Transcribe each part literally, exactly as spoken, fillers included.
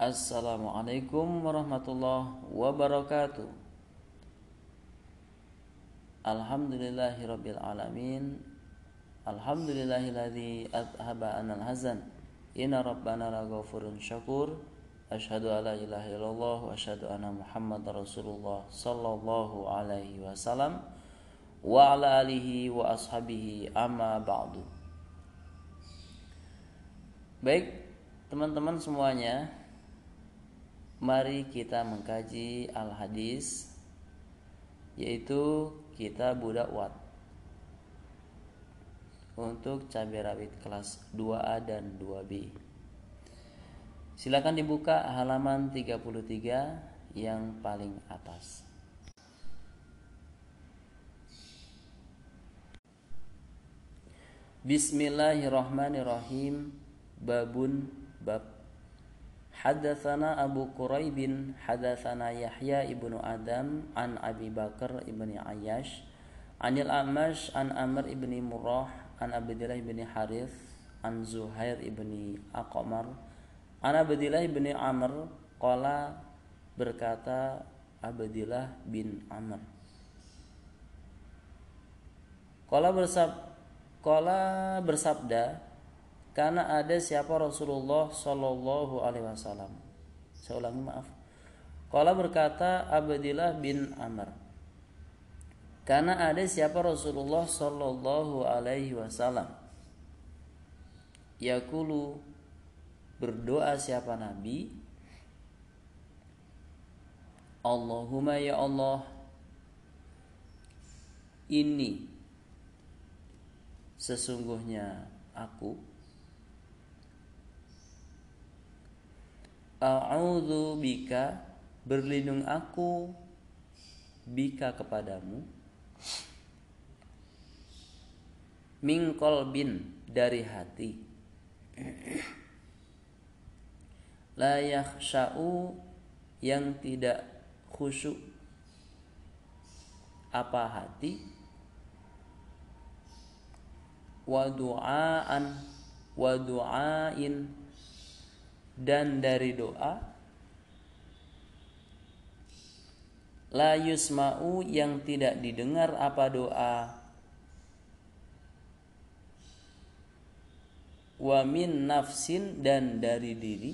Assalamualaikum warahmatullahi wabarakatuh. Alhamdulillahirabbil alamin. Alhamdulillahilladzi adhaba 'anal hazan. Inna rabbana laghafurun syakur. Asyhadu alla ilaha illallah wa asyhadu anna Muhammadar Rasulullah sallallahu alaihi wasallam wa ala alihi wa ashabihi amma ba'du. Baik, teman-teman semuanya, mari kita mengkaji al-hadis, yaitu kitab Dakwat untuk cabai rawit kelas dua A dan dua B. Silakan dibuka halaman tiga puluh tiga yang paling atas. Bismillahirrahmanirrahim. Babun bab. Hadatsana Abu Quraibin hadatsana Yahya ibnu Adam an Abi Bakar ibni Ayyash anil Amash an Amr ibni Murrah an Abdillah ibni Harith an Zuhair ibni Aqmar an Abdillah ibni Amr qala, berkata Abdillah bin Amr, qala bersab qala bersabda, karena ada siapa Rasulullah Shallallahu Alaihi Wasallam. Saya ulangi, maaf. Qala berkata Abdillah bin Amr, karena ada siapa Rasulullah Shallallahu Alaihi Wasallam. Yaqulu, berdoa siapa Nabi, Allahumma ya Allah, ini sesungguhnya aku, a'udzu bika, berlindung aku, bika kepadamu, min qalbin, dari hati, la yakhsha'u, yang tidak khusyuk, apa hati, wa du'aan, wa du'ain, dan dari doa, la yusma'u, yang tidak didengar apa doa, wa min nafsin, dan dari diri,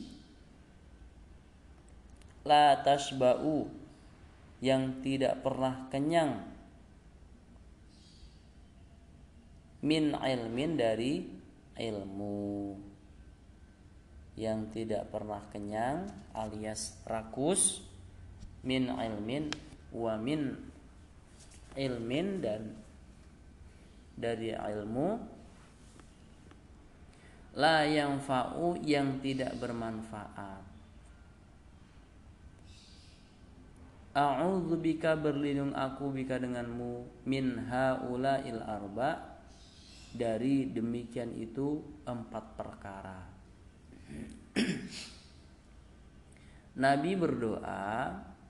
la tashba'u, yang tidak pernah kenyang, min ilmin, dari ilmu, yang tidak pernah kenyang alias rakus, min ilmin, wa min ilmin, dan dari ilmu, la yanfa'u, yang tidak bermanfaat. A'udzu bika, berlindung aku, bika denganmu, min haula'il arba, dari demikian itu empat perkara. Nabi berdoa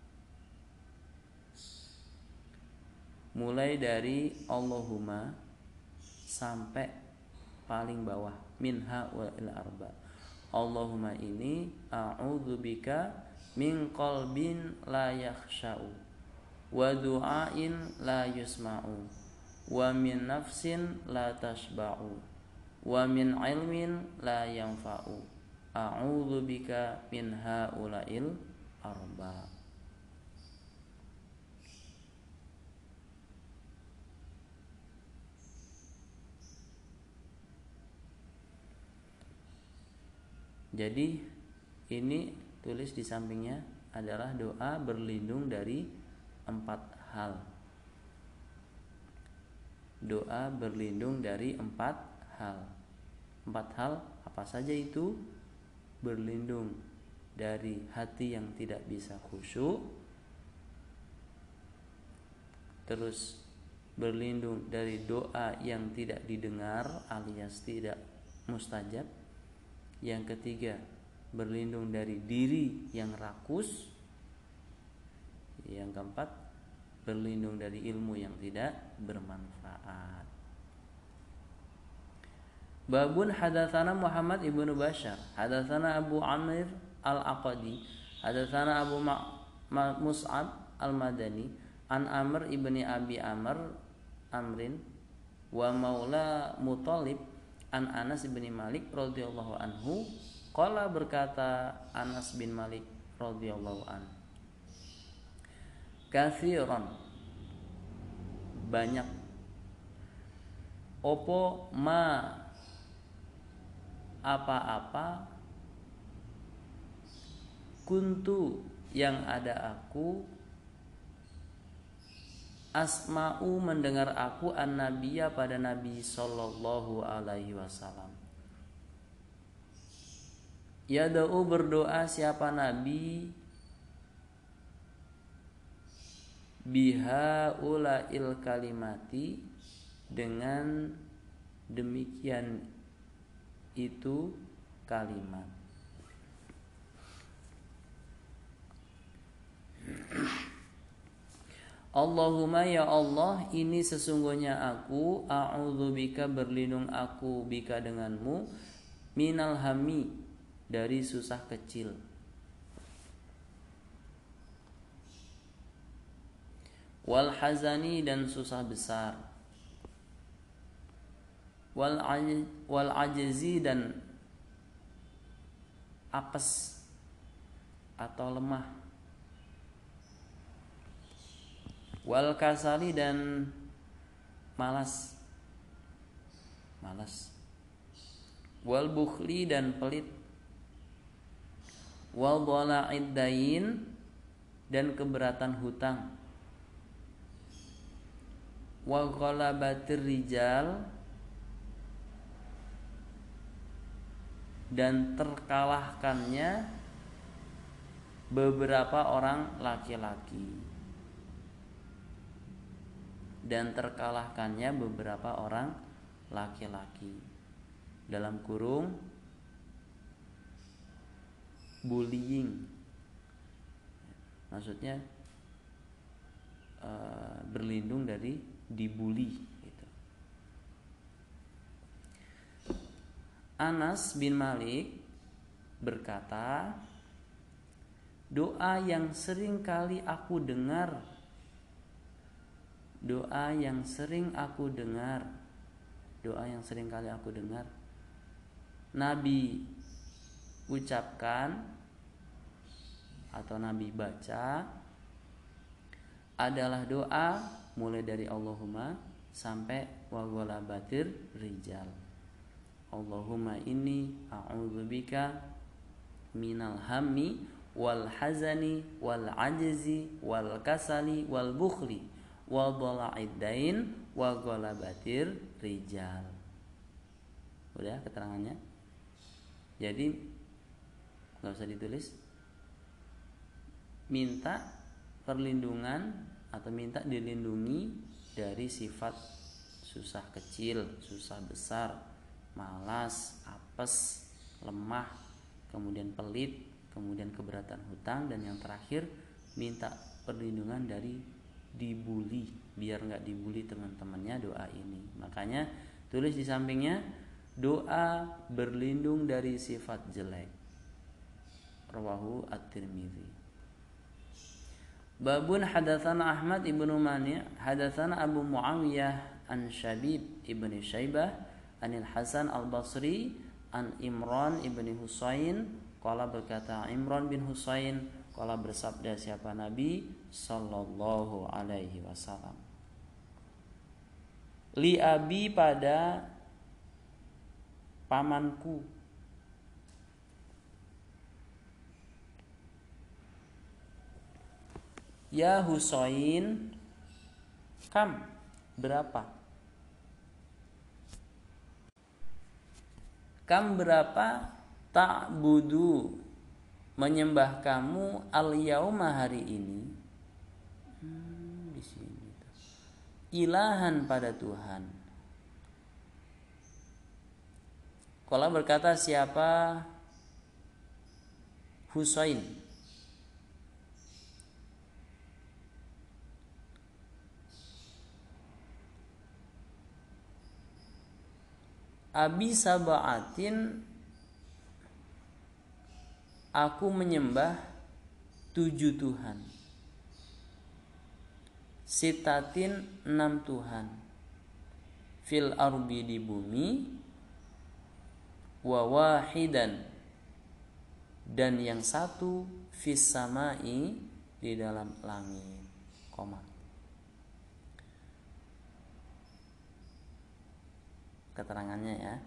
mulai dari Allahumma sampai paling bawah, minha wa il arba. Allahumma ini a'udzubika min qalbin la yakhsha'u, wa du'ain la yusma'u, wa min nafsin la tashba'u, wa min ilmin la yanfa'u. A'udzu bika min haula'il arba. Jadi ini tulis di sampingnya adalah doa berlindung dari empat hal. Doa berlindung dari empat hal. Empat hal apa saja itu? Berlindung dari hati yang tidak bisa khusyuk, terus berlindung dari doa yang tidak didengar alias tidak mustajab, yang ketiga berlindung dari diri yang rakus, yang keempat berlindung dari ilmu yang tidak bermanfaat. Babun hadatsana Muhammad ibnu Bashar hadatsana Abu Amir al-Aqadi hadatsana Abu Ma- Ma- Mus'ab al-Madani an Amr ibni Abi Amr Amrin wa maula Muthalib an Anas bin Malik radhiyallahu anhu qala berkata Anas bin Malik radhiyallahu an katsiran banyak opo ma apa-apa kuntu yang ada aku asma'u mendengar aku an-nabiyya pada Nabi sallallahu alaihi wasallam yada'u berdoa siapa Nabi biha ulail kalimati dengan demikian itu kalimat Allahumma ya Allah ini sesungguhnya aku a'udzubika berlindung aku bika denganmu minal hami dari susah kecil wal hazani dan susah besar wal wal ajzi dan apes atau lemah wal kasali dan malas malas wal bukhli dan pelit wal dhala'id dain dan keberatan hutang wa ghalabatir rijal dan terkalahkannya beberapa orang laki-laki dan terkalahkannya beberapa orang laki-laki dalam kurung bullying maksudnya e, berlindung dari dibully gitu. Anas bin Malik berkata doa yang sering kali aku dengar Doa yang sering aku dengar Doa yang sering kali aku dengar Nabi ucapkan Atau Nabi baca Adalah doa mulai dari Allahumma sampai wa ghalabatir rijal Allahumma inni a'udzubika minal hammi wal hazani wal ajzi wal kasali wal bukhli wa dhala'id dain wa ghalabatir rijal. Udah keterangannya. Jadi enggak usah ditulis. Minta perlindungan atau minta dilindungi dari sifat susah kecil, susah besar, malas, apes, lemah, kemudian pelit, kemudian keberatan hutang, dan yang terakhir minta perlindungan dari dibully, biar nggak dibully teman-temannya doa ini. Makanya tulis di sampingnya doa berlindung dari sifat jelek. Rawahu at-Tirmidzi. Babun hadatsana Ahmad ibnu Mani' hadatsana Abu Muawiyah an Syabib ibni Syaibah anil Hasan al-Basri an Imran ibni Husain qala berkata Imran bin Husain qala bersabda siapa Nabi sallallahu alaihi wasallam li abi pada pamanku ya Husain kam berapa kam berapa ta'budu menyembah kamu al yauma hari ini hmm, di sini ilahan pada Tuhan. Qala berkata siapa Husain abi sab'atin aku menyembah tujuh Tuhan, sitatin enam Tuhan, fil ardi di bumi, wa wahidan dan yang satu, fis samai di dalam langit, koma. Keterangannya ya.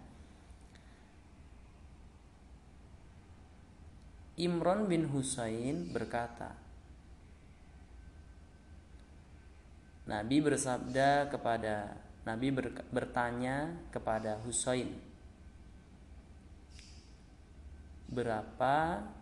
Imran bin Husain berkata, Nabi bersabda kepada Nabi ber, bertanya kepada Husain, berapa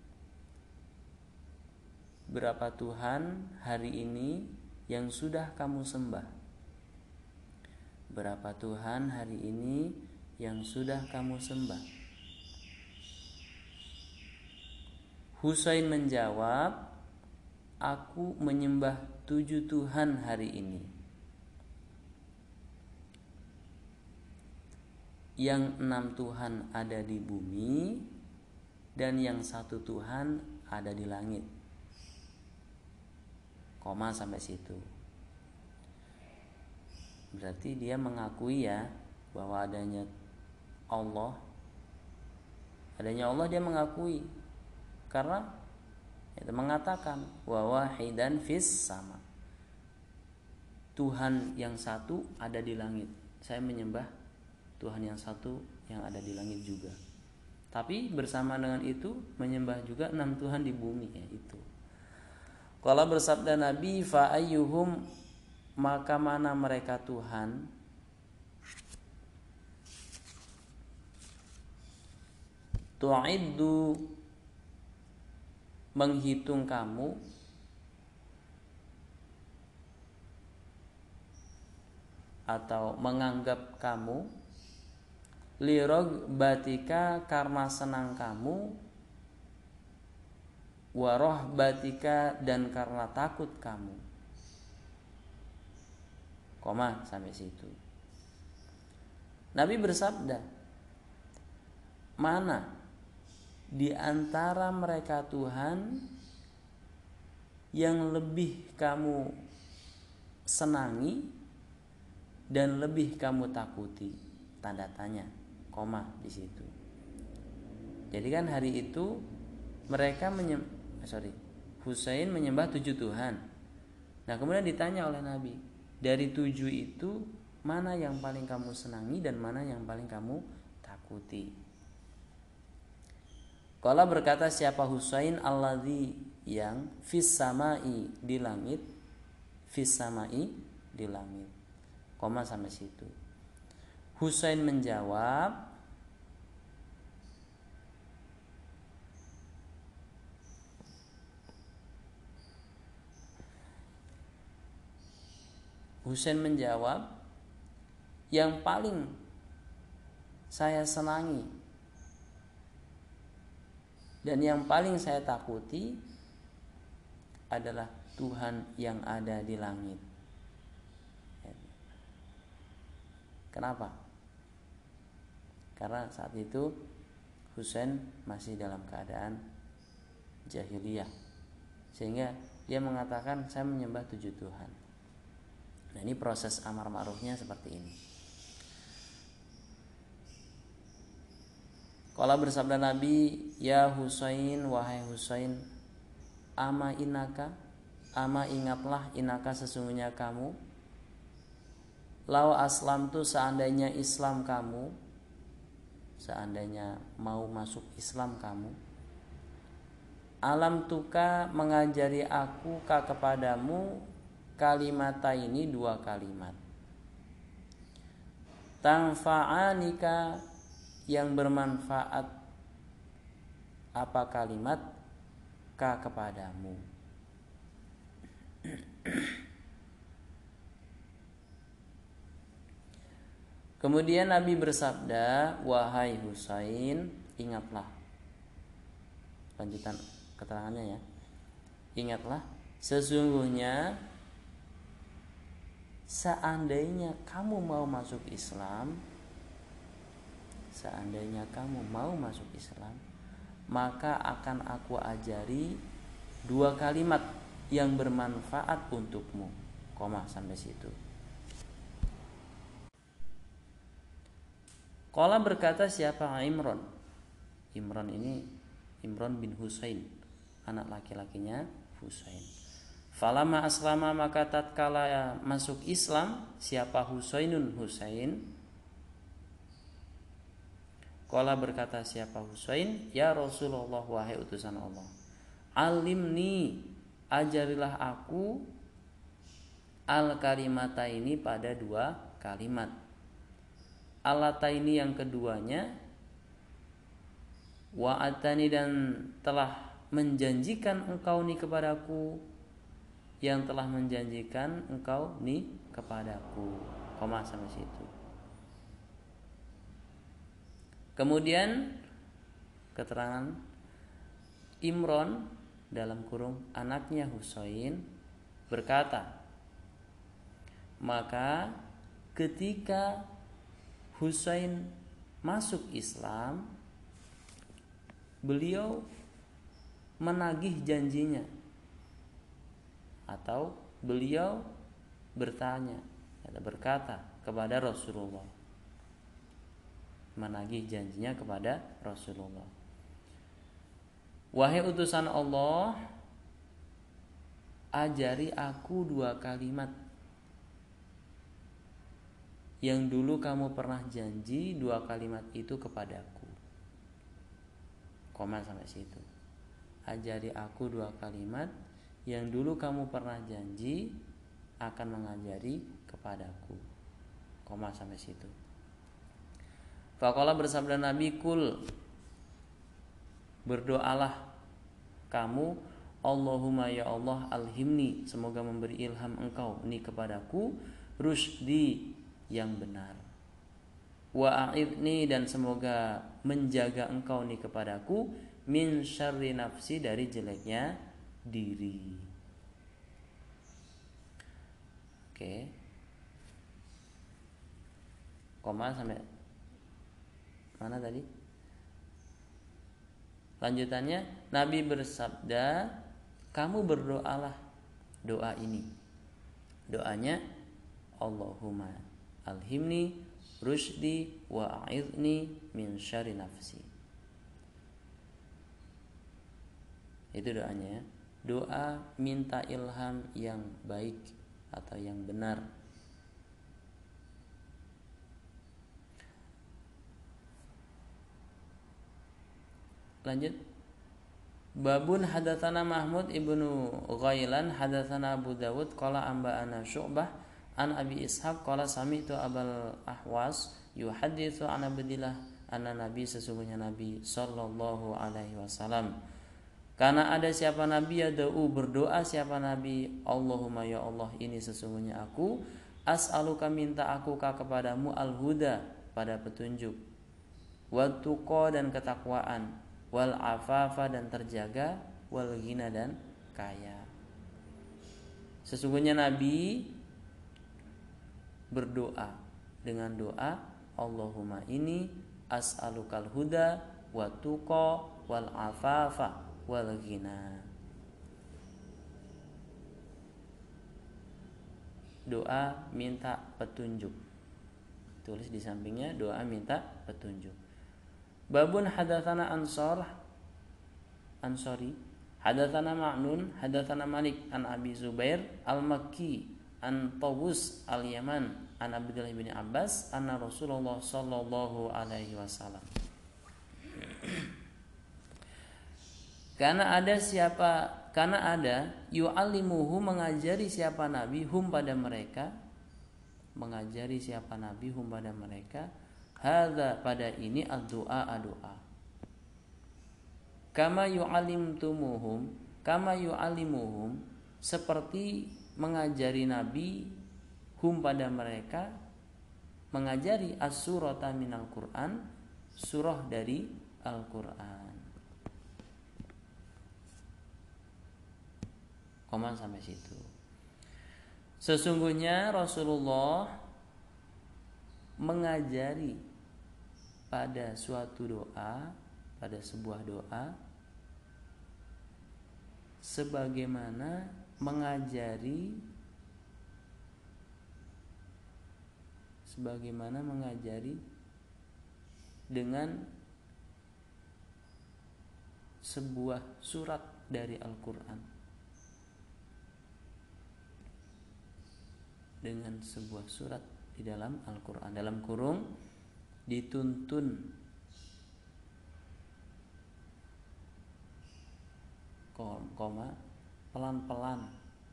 berapa Tuhan hari ini yang sudah kamu sembah? Berapa Tuhan hari ini yang sudah kamu sembah? Husain menjawab, aku menyembah tujuh Tuhan hari ini. Yang enam Tuhan ada di bumi dan yang satu Tuhan ada di langit. Koma sampai situ. Berarti dia mengakui ya bahwa adanya Allah. Adanya Allah dia mengakui. Karena itu mengatakan wa wahidan fis sama. Tuhan yang satu ada di langit. Saya menyembah Tuhan yang satu yang ada di langit juga. Tapi bersama dengan itu menyembah juga enam Tuhan di bumi ya itu. Kalau bersabda Nabi fa ayyuhum maka mana mereka Tuhan tu'iddu menghitung kamu atau menganggap kamu lirogbatika karena senang kamu, warohbatika dan karena takut kamu. Koma sampai situ. Nabi bersabda, mana di antara mereka Tuhan yang lebih kamu senangi dan lebih kamu takuti? Tanda tanya, koma di situ. Jadi kan hari itu mereka menyembah, sorry, Husain menyembah tujuh Tuhan. Nah kemudian ditanya oleh Nabi, dari tujuh itu mana yang paling kamu senangi dan mana yang paling kamu takuti? Qala berkata siapa Husain, alladzi yang fis samai di langit, fis samai di langit. Koma sampai situ. Husain menjawab, Husain menjawab, yang paling saya senangi dan yang paling saya takuti adalah Tuhan yang ada di langit. Kenapa? Karena saat itu Husain masih dalam keadaan jahiliyah, sehingga dia mengatakan saya menyembah tujuh Tuhan. Nah ini proses amar ma'rufnya seperti ini. Kala bersabda Nabi, ya Husain, wahai Husain, ama inaka, ama ingatlah inaka sesungguhnya kamu, lau aslam tu seandainya Islam kamu, seandainya mau masuk Islam kamu, alam tuka mengajari aku ka kepadamu kalimata ini dua kalimat, tangfa'anika yang bermanfaat apa kalimat ka kepadamu. Kemudian Nabi bersabda, wahai Husain, ingatlah. Lanjutan keterangannya ya. Ingatlah, sesungguhnya seandainya kamu mau masuk Islam, seandainya kamu mau masuk Islam, maka akan aku ajari dua kalimat yang bermanfaat untukmu. Koma sampai situ. Qala berkata siapa? Imran. Imran ini Imran bin Husain, anak laki-lakinya Husain. Falama aslama maka tatkala masuk Islam siapa Husainun Husain. Qala berkata siapa Husain, ya Rasulullah wahai utusan Allah, alimni ajarilah aku al kalimata ini pada dua kalimat. Alata ini yang keduanya, wa'atani dan telah menjanjikan engkau ni kepadaku, yang telah menjanjikan engkau ni kepadaku. Koma sampai situ. Kemudian keterangan Imran dalam kurung anaknya Husain berkata, maka ketika Husain masuk Islam, beliau menagih janjinya, atau beliau bertanya atau berkata kepada Rasulullah, menagih janjinya kepada Rasulullah, wahai utusan Allah, ajari aku dua kalimat yang dulu kamu pernah janji dua kalimat itu kepadaku. Koma sampai situ. Ajari aku dua kalimat yang dulu kamu pernah janji akan mengajari kepadaku. Koma sampai situ. Faqala bersabda Nabi, kul, berdoalah kamu, Allahumma ya Allah alhimni, semoga memberi ilham engkau ni kepadaku, rusdi yang benar, wa a'idni dan semoga menjaga engkau ni kepadaku, min syarri nafsi dari jeleknya diri. Oke. Koma sampai mana tadi? Lanjutannya Nabi bersabda, kamu berdoalah doa ini. Doanya Allahumma alhimni rusdi wa a'idni min syarri nafsi. Itu doanya, doa minta ilham yang baik atau yang benar. Lanjut. Babun hadatsana Mahmud ibnu Ghailan hadatsana Abu Dawud qala amba'ana Syu'bah an Abi Ishaq qala sami'tu Abul Ahwas yuhaditsu an Abdillah anna Nabi sesungguhnya Nabi sallallahu alaihi wasallam. Karena ada siapa Nabi yad'u berdoa siapa Nabi, Allahumma ya Allah ini sesungguhnya aku as'aluka minta aku ka kepadamu al-huda pada petunjuk, wa tuqa dan ketakwaan, wal afafa dan terjaga, wal ghina dan kaya. Sesungguhnya Nabi berdoa dengan doa Allahumma ini as'alukal huda wa tuqa wal afafa wal ghina. Doa minta petunjuk. Tulis di sampingnya doa minta petunjuk. Babun hadatsana Ansor Ansori hadatsana Ma'nun hadatsana Malik an Abi Zubair al-Makki an Tawus al-Yaman an Abdullah bin Abbas anna Rasulullah sallallahu alaihi wasallam. Karena ada siapa karena ada yu'allimuhu mengajari siapa nabi hum pada mereka, mengajari siapa nabi hum pada mereka, hadza pada ini ad-du'a doa. Kama yu'allimtumuhum kama yu'allimuhum seperti mengajari nabi hum pada mereka, mengajari as-surata minal Qur'an, surah dari Al-Qur'an. Koma sampai situ. Sesungguhnya Rasulullah mengajari pada suatu doa pada sebuah doa sebagaimana mengajari sebagaimana mengajari dengan sebuah surat dari Al-Qur'an, dengan sebuah surat di dalam Al-Qur'an, dalam kurung dituntun koma pelan-pelan,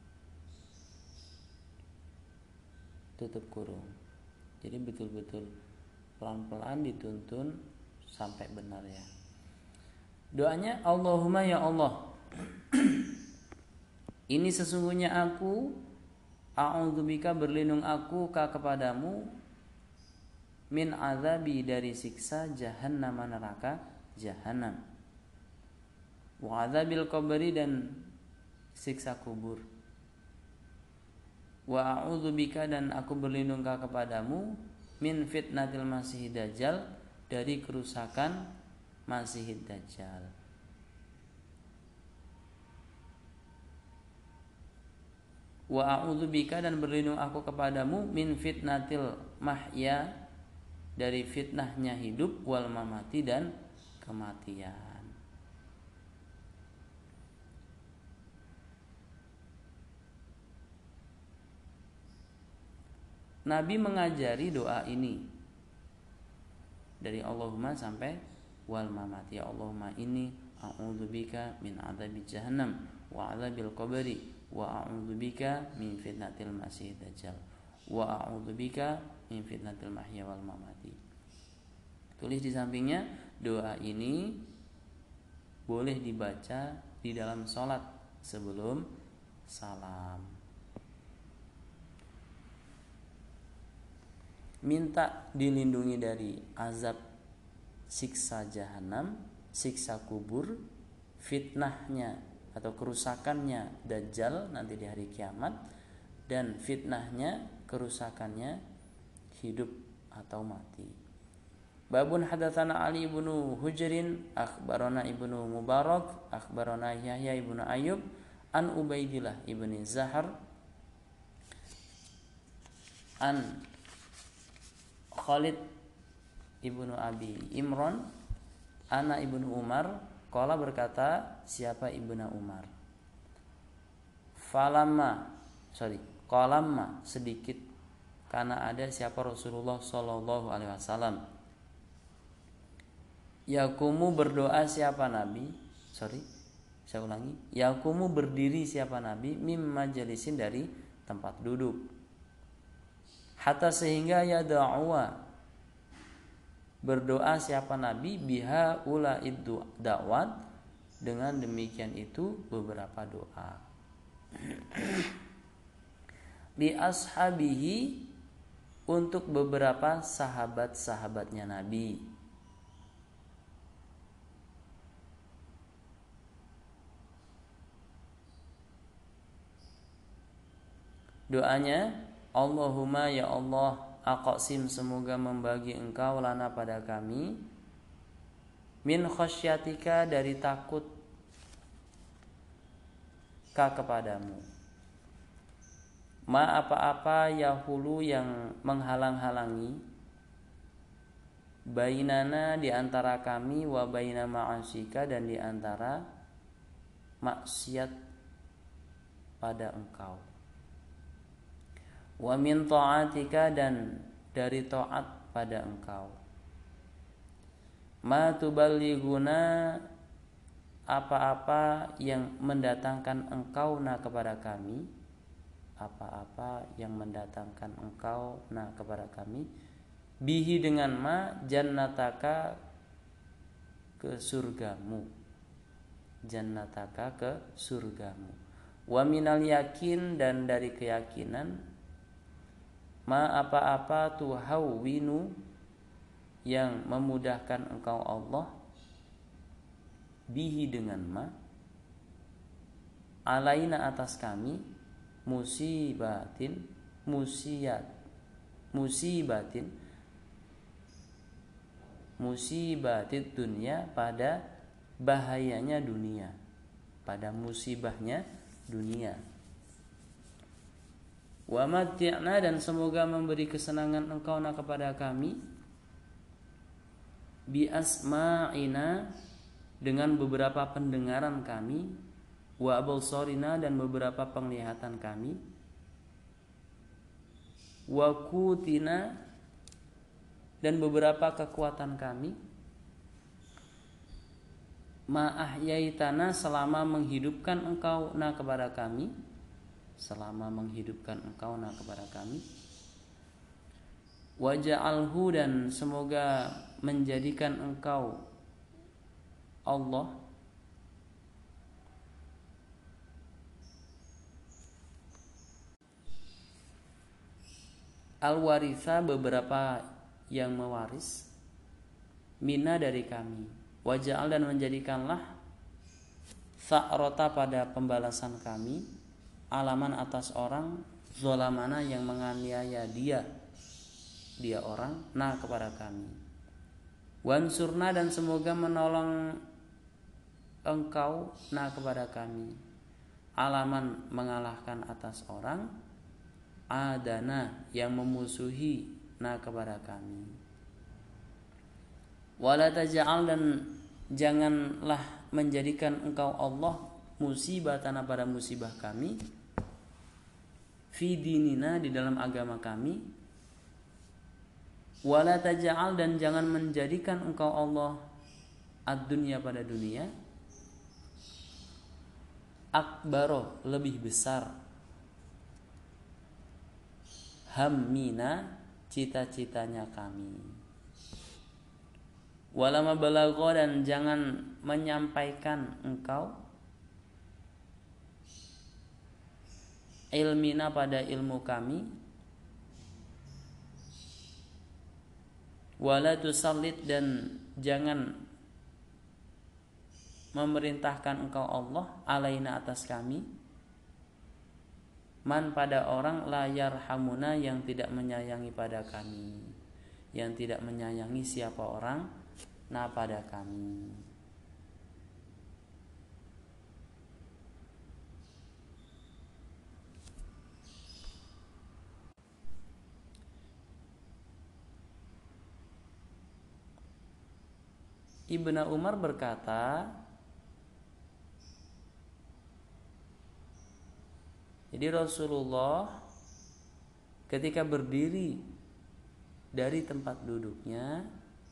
tutup kurung. Jadi betul-betul pelan-pelan dituntun sampai benar ya. Doanya Allahumma ya Allah, ini sesungguhnya aku, a'udzubika berlindung aku ka kepadamu, min azabi dari siksa jahannam neraka jahanam, wa azabil qabri dan siksa kubur, wa a'udzubika dan aku berlindung ka kepadamu, min fitnatil masih dajjal dari kerusakan Masih Dajjal. Wa a'udzubika dan berlindung aku kepadamu, min fitnatil mahya dari fitnahnya hidup, wal mamati dan kematian. Nabi mengajari doa ini dari Allahumma sampai wal mamati. Ya Allahumma inni a'udzubika min adzabi jahannam wa adzabil qabri wa a'udzubika min fitnatil masih dajjal wa a'udzubika min fitnatil mahya wal mamati. Tulis di sampingnya, doa ini boleh dibaca di dalam sholat sebelum salam. Minta dilindungi dari azab siksa jahanam, siksa kubur, fitnahnya atau kerusakannya Dajjal nanti di hari kiamat, dan fitnahnya, kerusakannya hidup atau mati. Babun hadatsana Ali ibnu Hujrin akhbarana ibnu Mubarak akhbarana Yahya ibnu Ayyub an Ubaidillah ibni Zahar an Khalid ibnu Abi Imran ana ibnu Umar qala berkata, siapa ibnu Umar, falamma sorry qalamma sedikit karena ada siapa Rasulullah sallallahu alaihi wasallam, yakumu berdoa siapa Nabi sorry saya ulangi yakumu berdiri siapa Nabi, mim majalisin dari tempat duduk, hatta sehingga ya da'wa berdoa siapa Nabi, biha ula itu dakwat dengan demikian itu beberapa doa, li ashabihi untuk beberapa sahabat-sahabatnya Nabi. Doanya, Allahumma ya Allah, aqsim semoga membagi engkau lana pada kami, min khasyatika dari takut ka kepadamu, ma apa-apa yahulu yang menghalang-halangi, bainana di antara kami, wa baina ma'asika dan di antara maksiat pada engkau, wa min ta'atika dan dari taat pada engkau, ma tuballighuna apa-apa yang mendatangkan engkau na kepada kami, apa-apa yang mendatangkan engkau na kepada kami, bihi dengan ma jannataka ke surgamu, jannataka ke surgamu, wa minal yakin dan dari keyakinan, ma apa-apa tuhawwinu yang memudahkan engkau Allah, bihi dengan ma, alaina atas kami, musibatin musiat musibatin musibatid dunya, pada bahayanya dunia, pada musibahnya dunia. Wa mati'na, dan semoga memberi kesenangan engkau na kepada kami, bi asma'ina, dengan beberapa pendengaran kami, wa absarina, dan beberapa penglihatan kami, wa qutina, dan beberapa kekuatan kami, ma ahyaitana, selama menghidupkan engkau na kepada kami, selama menghidupkan engkau na kepada kami, waja'alhu, dan semoga menjadikan engkau Allah al-waritha, beberapa yang mewaris, mina, dari kami, waja'al, dan menjadikanlah sa'rota, pada pembalasan kami, alaman, atas orang, zolamana, yang menganiaya dia dia orang, nah kepada kami, wansurna, dan semoga menolong engkau nah kepada kami, alaman, mengalahkan atas orang, adana, yang memusuhi nah kepada kami, wala taj'al, dan janganlah menjadikan engkau Allah musibatana, pada musibah kami, fi dinina, di dalam agama kami, wala taj'al, dan jangan menjadikan engkau Allah ad-dunya, pada dunia, akbaro, lebih besar, hammina, cita-citanya kami, wala mabalagha, dan jangan menyampaikan engkau ilmina, pada ilmu kami, wala tusallit, dan jangan memerintahkan engkau Allah alaina, atas kami, man, pada orang, la yarhamuna, yang tidak menyayangi pada kami, yang tidak menyayangi siapa orang nah pada kami. Ibnu Umar berkata, jadi Rasulullah ketika berdiri dari tempat duduknya,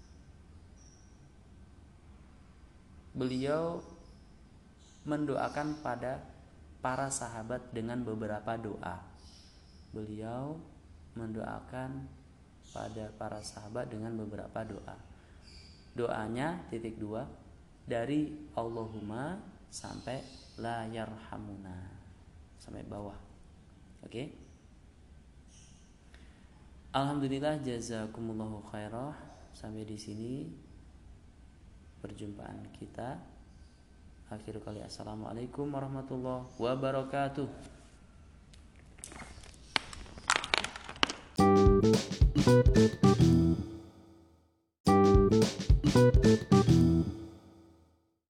beliau mendoakan pada para sahabat dengan beberapa doa. Beliau mendoakan pada para sahabat dengan beberapa doa. Doanya titik dua, dari Allahumma sampai la yarhamuna, sampai bawah. Oke. Okay? Alhamdulillah, jazakumullahu khairah. Sampai di sini perjumpaan kita. Akhirul kali, assalamualaikum warahmatullahi wabarakatuh.